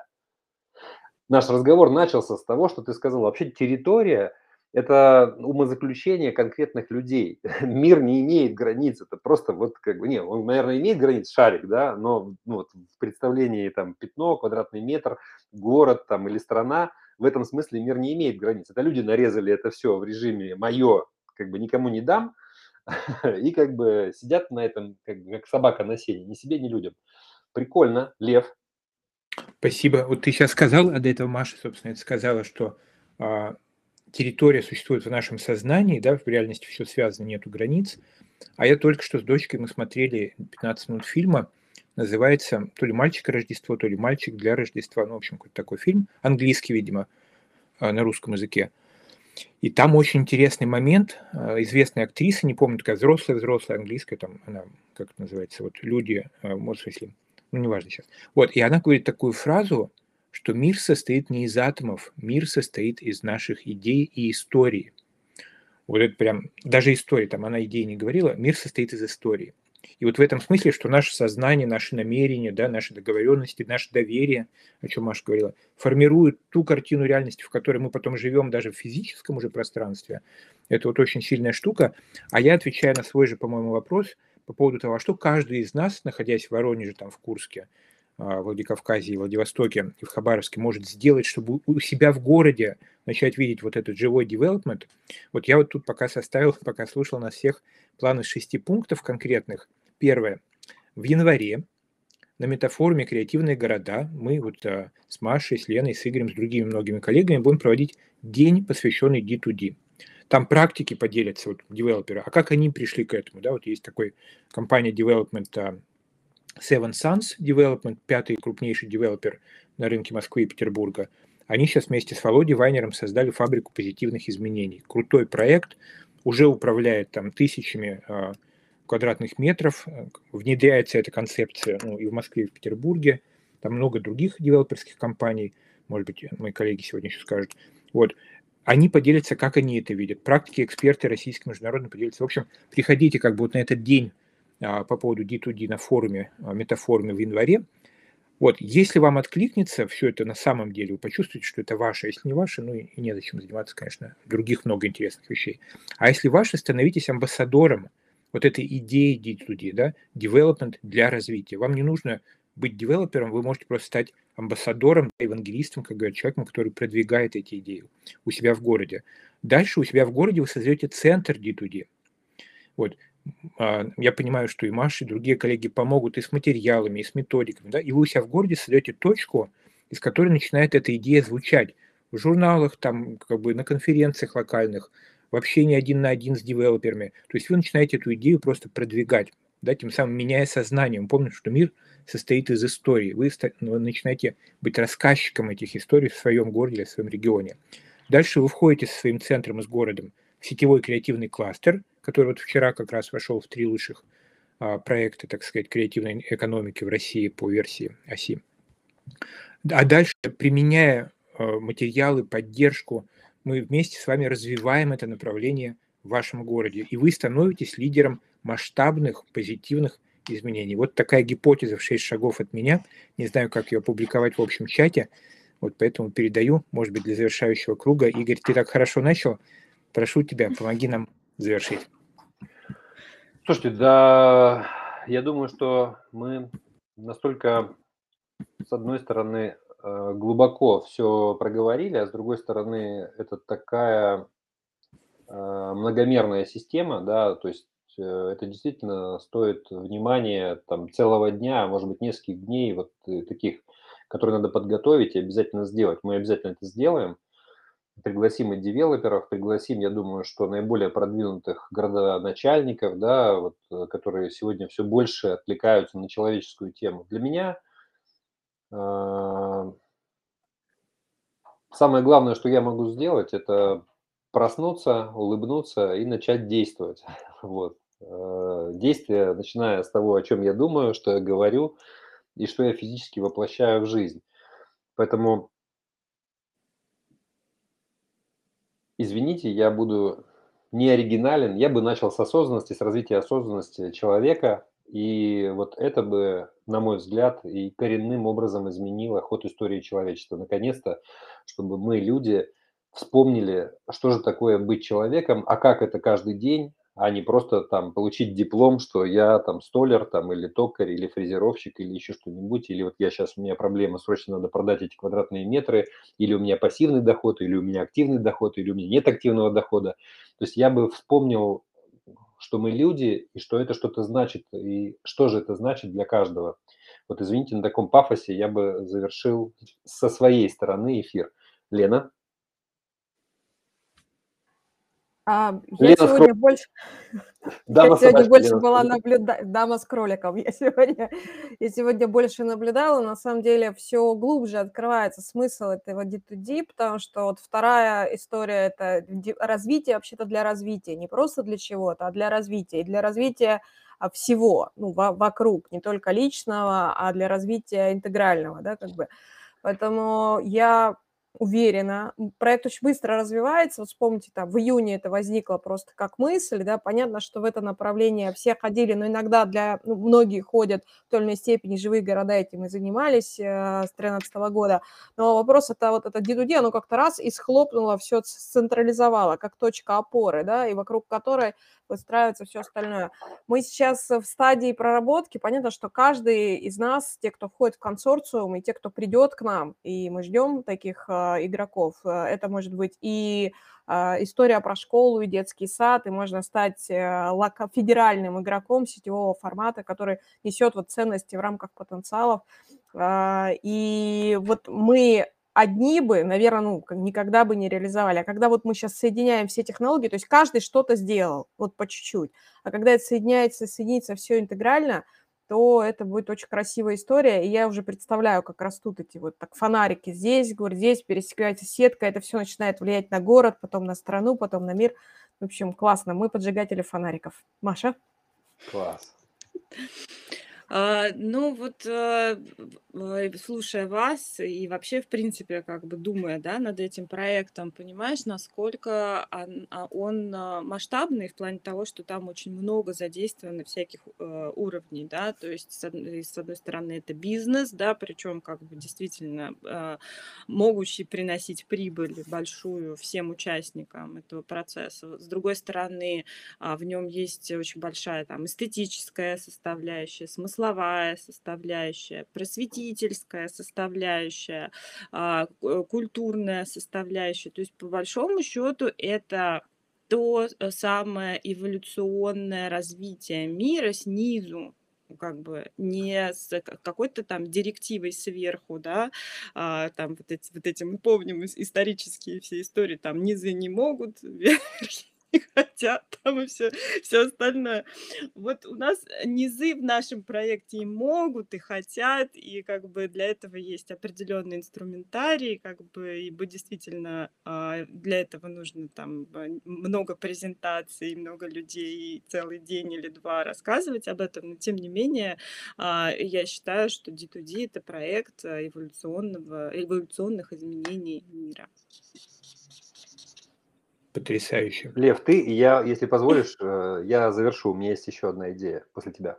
Наш разговор начался с того, что ты сказал, вообще территория – это умозаключение конкретных людей. Мир не имеет границ, это просто вот как бы, не, он, наверное, имеет границ, шарик, да, но ну, вот в представлении там пятно, квадратный метр, город там или страна, в этом смысле мир не имеет границ. Это люди нарезали это все в режиме «моё», как бы никому не дам, и как бы сидят на этом, как собака на сене, ни себе, ни людям. Прикольно, Лев. Спасибо. Вот ты сейчас сказал, а до этого Маша, собственно, это сказала, что территория существует в нашем сознании, да, в реальности все связано, нету границ. А я только что с дочкой мы смотрели 15 минут фильма, называется то ли «Мальчик и Рождество», то ли «Мальчик для Рождества». Ну, в общем, какой-то такой фильм, английский, видимо, на русском языке. И там очень интересный момент. Известная актриса, не помню, такая взрослая английская, там она, как это называется, вот люди, вот в смысле, ну, неважно сейчас. Вот, и она говорит такую фразу, что мир состоит не из атомов, мир состоит из наших идей и истории. Вот это прям, даже истории, там она идеи не говорила, мир состоит из истории. И вот в этом смысле, что наше сознание, наши намерения, да, наши договоренности, наше доверие, о чем Маша говорила, формируют ту картину реальности, в которой мы потом живем даже в физическом уже пространстве. Это вот очень сильная штука. А я отвечаю на свой же, по-моему, вопрос по поводу того, что каждый из нас, находясь в Воронеже, там, в Курске, в Владикавказе, Владивостоке и в Хабаровске, может сделать, чтобы у себя в городе начать видеть вот этот живой девелопмент. Вот я вот тут пока составил, пока слушал нас всех, план из 6 пунктов конкретных. Первое. В январе на метафоруме «Креативные города» мы вот с Машей, с Леной, с Игорем, с другими многими коллегами будем проводить день, посвященный D2D. Там практики поделятся вот девелоперы. А как они пришли к этому? Да, вот есть такой компания Development Seven Suns Development, пятый крупнейший девелопер на рынке Москвы и Петербурга. Они сейчас вместе с Володей Вайнером создали фабрику позитивных изменений. Крутой проект, уже управляет там тысячами квадратных метров, внедряется эта концепция и в Москве, и в Петербурге. Там много других девелоперских компаний, может быть, мои коллеги сегодня еще скажут. Вот. Они поделятся, как они это видят. Практики, эксперты российские, международные поделятся. В общем, приходите как бы вот на этот день по поводу D2D на форуме, метафоруме в январе. Вот, если вам откликнется все это на самом деле, вы почувствуете, что это ваше. Если не ваше, ну и незачем заниматься, конечно, других много интересных вещей. А если ваше, становитесь амбассадором вот этой идеи D2D, да, development для развития. Вам не нужно быть девелопером, вы можете просто стать амбассадором, евангелистом, как говорят, человеком, который продвигает эти идеи у себя в городе. Дальше у себя в городе вы создаете центр D2D. Вот. Я понимаю, что и Маша, и другие коллеги помогут и с материалами, и с методиками, да, и вы у себя в городе создаете точку, из которой начинает эта идея звучать в журналах, там, как бы на конференциях локальных, в общении один на один с девелоперами. То есть вы начинаете эту идею просто продвигать, да, тем самым меняя сознание. Мы помним, что мир состоит из историй. Вы начинаете быть рассказчиком этих историй в своем городе или в своем регионе. Дальше вы входите со своим центром и с городом в сетевой креативный кластер, который вот вчера как раз вошел в 3 лучших проекта, так сказать, креативной экономики в России по версии ОСИ. А дальше, применяя материалы, поддержку, мы вместе с вами развиваем это направление в вашем городе, и вы становитесь лидером масштабных, позитивных изменений. Вот такая гипотеза в 6 шагов от меня. Не знаю, как ее опубликовать в общем чате, вот поэтому передаю, может быть, для завершающего круга. Игорь, ты так хорошо начал. Прошу тебя, помоги нам завершить. Слушайте, да, я думаю, что мы настолько, с одной стороны, глубоко все проговорили, а с другой стороны, это такая многомерная система, да, то есть это действительно стоит внимания там целого дня, а может быть нескольких дней, вот таких, которые надо подготовить и обязательно сделать. Мы обязательно это сделаем. Пригласим и девелоперов, пригласим, я думаю, что наиболее продвинутых городоначальников, да, вот, которые сегодня все больше отвлекаются на человеческую тему. Для меня самое главное, что я могу сделать, это проснуться, улыбнуться и начать действовать. Вот. Действие, начиная с того, о чем я думаю, что я говорю и что я физически воплощаю в жизнь. Поэтому извините, я буду не оригинален. Я бы начал с осознанности, с развития осознанности человека. И вот это бы, на мой взгляд, и коренным образом изменило ход истории человечества. Наконец-то, чтобы мы, люди, вспомнили, что же такое быть человеком, а как это каждый день, а не просто там получить диплом, что я там столер, там, или токарь, или фрезеровщик, или еще что-нибудь, или вот я сейчас, у меня проблема, срочно надо продать эти квадратные метры, или у меня пассивный доход, или у меня активный доход, или у меня нет активного дохода. То есть я бы вспомнил, что мы люди, и что это что-то значит, и что же это значит для каждого. Вот извините, на таком пафосе я бы завершил со своей стороны эфир. Лена? Я Лена сегодня больше... Дама Я с сегодня собачкой, больше Лена была Скрипка. дама с кроликом. Я сегодня больше наблюдала. На самом деле все глубже открывается смысл этого D2D, потому что вот вторая история – это развитие вообще-то для развития. Не просто для чего-то, а для развития. И для развития всего, ну, вокруг, не только личного, а для развития интегрального, да, как бы. Поэтому я уверенно. Проект очень быстро развивается. Вот вспомните, там в июне это возникло просто как мысль, да, понятно, что в это направление все ходили, но иногда многие ходят в той или иной степени, живые города этим и занимались с 2013 года. Но вопрос это вот это D2D, оно как-то раз и схлопнуло, все централизовало, как точка опоры, да, и вокруг которой выстраивается все остальное. Мы сейчас в стадии проработки. Понятно, что каждый из нас, те, кто входит в консорциум, и те, кто придет к нам, и мы ждем таких игроков, это может быть и история про школу и детский сад, и можно стать федеральным игроком сетевого формата, который несет вот ценности в рамках потенциалов. И вот мы одни бы, наверное, никогда бы не реализовали. А когда вот мы сейчас соединяем все технологии, то есть каждый что-то сделал, вот по чуть-чуть, а когда это соединится все интегрально, то это будет очень красивая история. И я уже представляю, как растут эти вот так фонарики здесь, говорю, здесь пересекается сетка, это все начинает влиять на город, потом на страну, потом на мир. В общем, классно. Мы поджигатели фонариков. Маша? Класс. Ну вот, слушая вас и вообще, в принципе, как бы думая, да, над этим проектом, понимаешь, насколько он масштабный в плане того, что там очень много задействовано всяких уровней, да, то есть с одной стороны это бизнес, да, причем как бы действительно могущий приносить прибыль большую всем участникам этого процесса. С другой стороны, в нем есть очень большая там эстетическая составляющая, смысловая составляющая, просветительская составляющая, культурная составляющая. То есть, по большому счету, это то самое эволюционное развитие мира снизу, как бы не с какой-то там директивой сверху, да, там вот эти мы помним исторические все истории, там низы не могут, верхи не хотят, там и все остальное. Вот у нас низы в нашем проекте и могут, и хотят, и как бы для этого есть определенный инструментарий, как бы, и действительно для этого нужно там много презентаций, много людей, и целый день или два рассказывать об этом, но тем не менее я считаю, что D2D — это проект эволюционных изменений мира. Потрясающе. Лев, ты, и я, если позволишь, я завершу. У меня есть еще одна идея после тебя.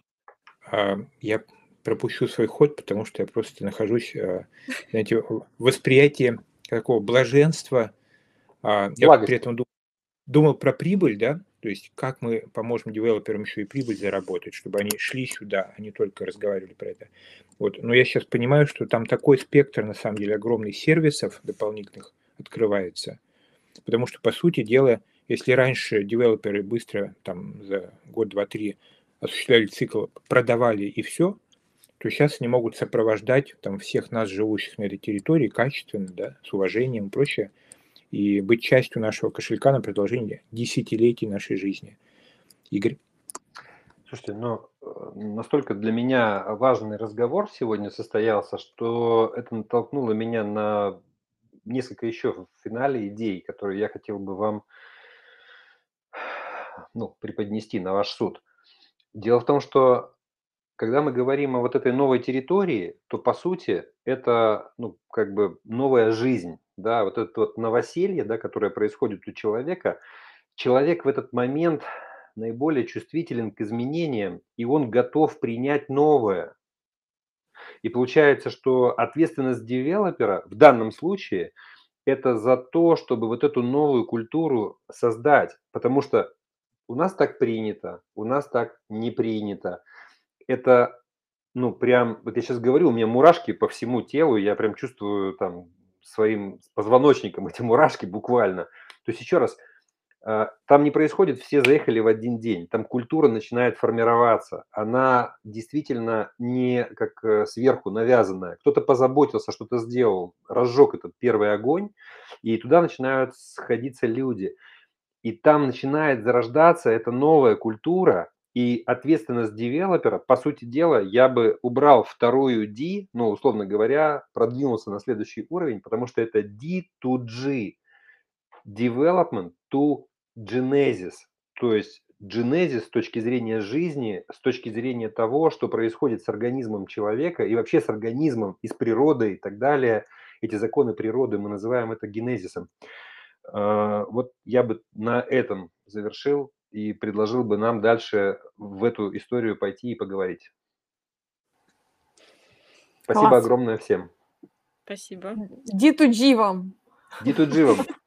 Я пропущу свой ход, потому что я просто нахожусь, знаете, в восприятии такого блаженства. Я Благости. при этом думал про прибыль, да, то есть как мы поможем девелоперам еще и прибыль заработать, чтобы они шли сюда, а не только разговаривали про это. Вот. Но я сейчас понимаю, что там такой спектр, на самом деле, огромный сервисов дополнительных открывается. Потому что, по сути дела, если раньше девелоперы быстро, там, за год, два, три осуществляли цикл, продавали и все, то сейчас они могут сопровождать там всех нас, живущих на этой территории, качественно, да, с уважением и прочее, и быть частью нашего кошелька на продолжение десятилетий нашей жизни. Игорь? Слушайте, настолько для меня важный разговор сегодня состоялся, что это натолкнуло меня на несколько еще в финале идей, которые я хотел бы вам преподнести на ваш суд. Дело в том, что когда мы говорим о вот этой новой территории, то по сути это как бы новая жизнь, да, вот это вот новоселье, да, которое происходит у человека. Человек в этот момент наиболее чувствителен к изменениям, и он готов принять новое. И получается, что ответственность девелопера в данном случае это за то, чтобы вот эту новую культуру создать, потому что у нас так принято, у нас так не принято. Это, прям, вот я сейчас говорю, у меня мурашки по всему телу, я прям чувствую там своим позвоночником эти мурашки буквально. То есть еще раз, там не происходит, все заехали в один день. Там культура начинает формироваться. Она действительно не как сверху навязанная. Кто-то позаботился, что-то сделал, разжег этот первый огонь, и туда начинают сходиться люди. И там начинает зарождаться эта новая культура, и ответственность девелопера, по сути дела, я бы убрал вторую D, условно говоря, продвинулся на следующий уровень, потому что это D2G. Development to Genesis, то есть Genesis с точки зрения жизни, с точки зрения того, что происходит с организмом человека и вообще с организмом, и с природой и так далее. эти законы природы, мы называем это генезисом. Вот я бы на этом завершил и предложил бы нам дальше в эту историю пойти и поговорить. Спасибо Класс. огромное всем. Спасибо. Диту Джи вам. Диту Дживам.